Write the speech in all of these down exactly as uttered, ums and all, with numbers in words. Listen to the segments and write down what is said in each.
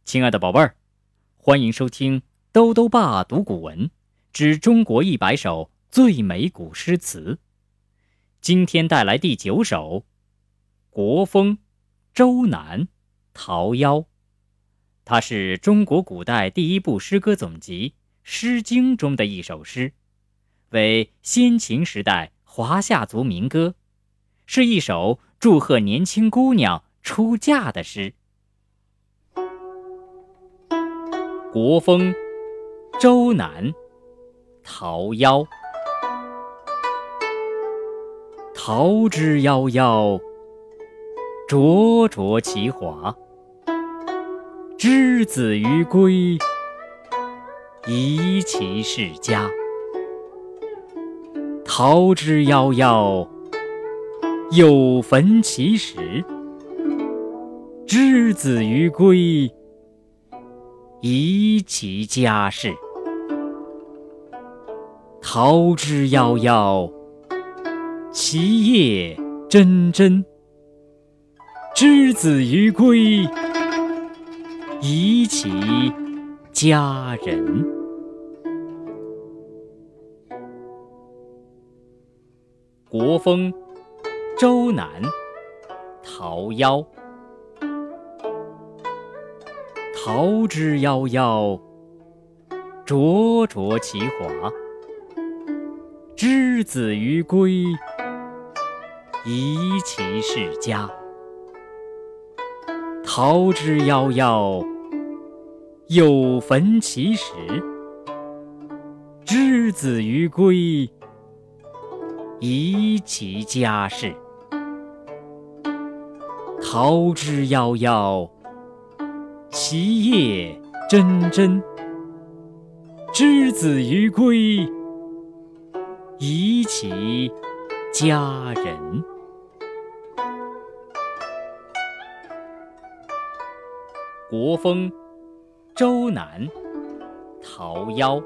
亲爱的宝贝儿，欢迎收听兜兜爸读古文之中国一百首最美古诗词。今天带来第九首《国风·周南·桃夭》，它是中国古代第一部诗歌总集《诗经》中的一首诗，为先秦时代华夏族民歌，是一首祝贺年轻姑娘出嫁的诗。国风·周南·桃夭。桃之夭夭，灼灼其华。之子于归，宜其室家。桃之夭夭，有逢其实。之子于归，宜其家室。桃之夭夭，其叶蓁蓁。之子于归，宜其家人。国风·周南·桃夭。桃之夭夭，灼灼其华。之子于归，宜其室家。桃之夭夭，有逢其实。之子于归，宜其家室。桃之夭夭，其叶蓁蓁。之子于归，宜其家人。国风·周南·桃夭。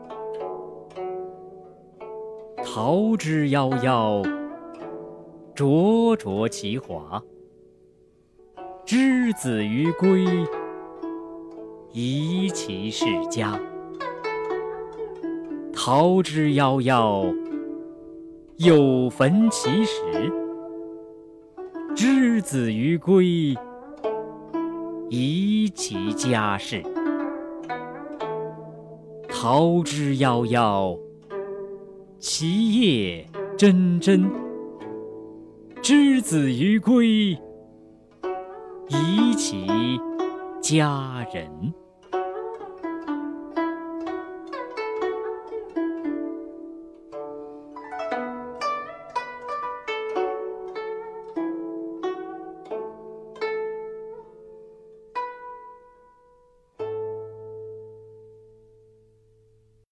桃之夭夭，灼灼其华。之子于归，宜其室家。桃之夭夭，有逢其实。之子于归，宜其家室。桃之夭夭，其叶蓁蓁。之子于归，宜其家人。